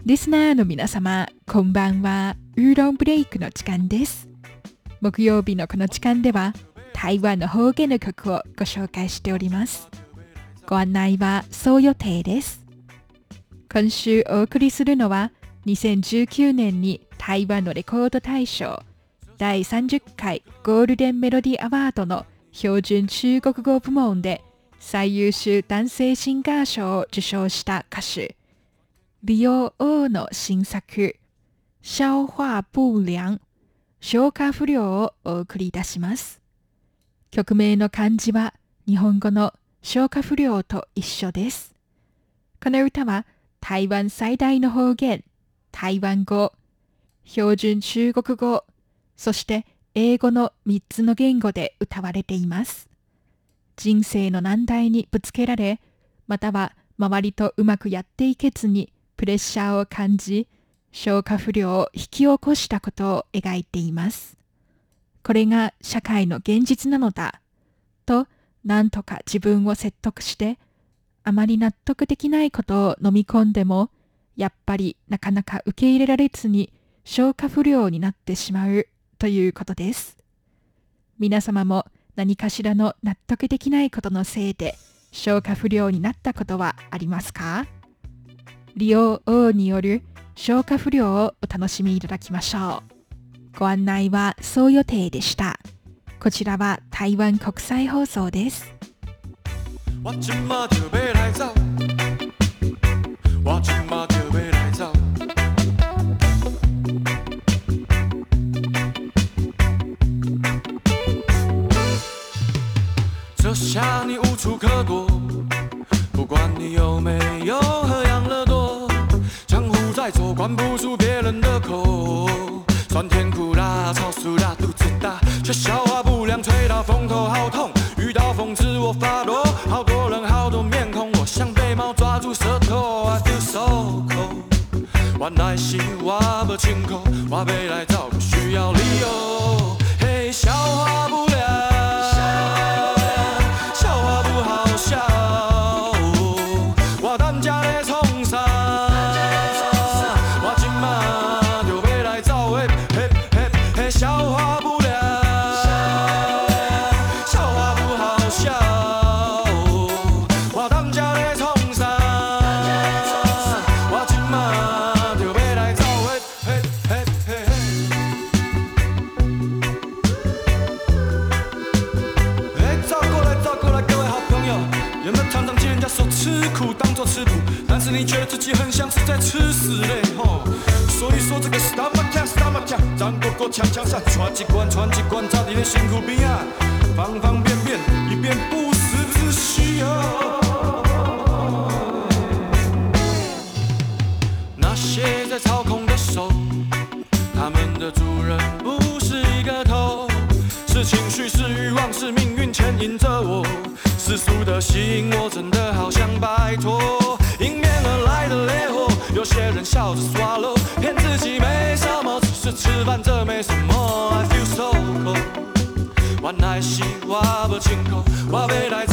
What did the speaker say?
リスナーの皆様、こんばんは。ウーロンブレイクの時間です。木曜日のこの時間では、台湾の方言の曲をご紹介しております。ご案内はそう予定です。今週お送りするのは、2019年に台湾のレコード大賞第30回ゴールデンメロディアワードの標準中国語部門で最優秀男性シンガー賞を受賞した歌手、李欧欧の新作、消化不良、消化不良をお送りいたします。曲名の漢字は日本語の消化不良と一緒です。この歌は台湾最大の方言、台湾語、標準中国語、そして英語の3つの言語で歌われています。人生の難題にぶつけられ、または周りとうまくやっていけずにプレッシャーを感じ、消化不良を引き起こしたことを描いています。これが社会の現実なのだ、となんとか自分を説得して、あまり納得できないことを飲み込んでも、やっぱりなかなか受け入れられずに消化不良になってしまうということです。皆様も何かしらの納得できないことのせいで消化不良になったことはありますか？李欧欧による消化不良をお楽しみいただきましょう。ご案内はそう予定でした。こちらは台湾国際放送です。 我今嘛就要来走，我今嘛就要来走。这下你无处可躲，不管你有没有喝养乐多，江湖在走，管不住别人的口。酸甜苦辣，超酥辣，肚子大，却消化不良，吹到风头好痛。遇到风自我发落，好多人好多面孔，我像被猫抓住舌头 I feel so cold。 原来是我没清口，我要来找不需要理由，嘿，消化不良，消化不好笑，我担家在冲啥，我今嘛就要来找，嘿嘿嘿嘿，消化不良。吃苦当作吃补，但是你觉得自己很像是在吃屎嘞吼。所以说这个 stomach can't， 张狗狗枪枪闪，传几关传几关，在你的辛苦边啊，方方便面，以便不时之需啊。那些在操控的手，他们的主人不是一个头，是情绪，是欲望，是命运牵引着我。世俗的吸引我，真的好想摆脱迎面而来的烈火。有些人笑着耍漏，骗自己没什么，只是吃饭这没什么。I feel so cold， 原来是我没清口，我要来。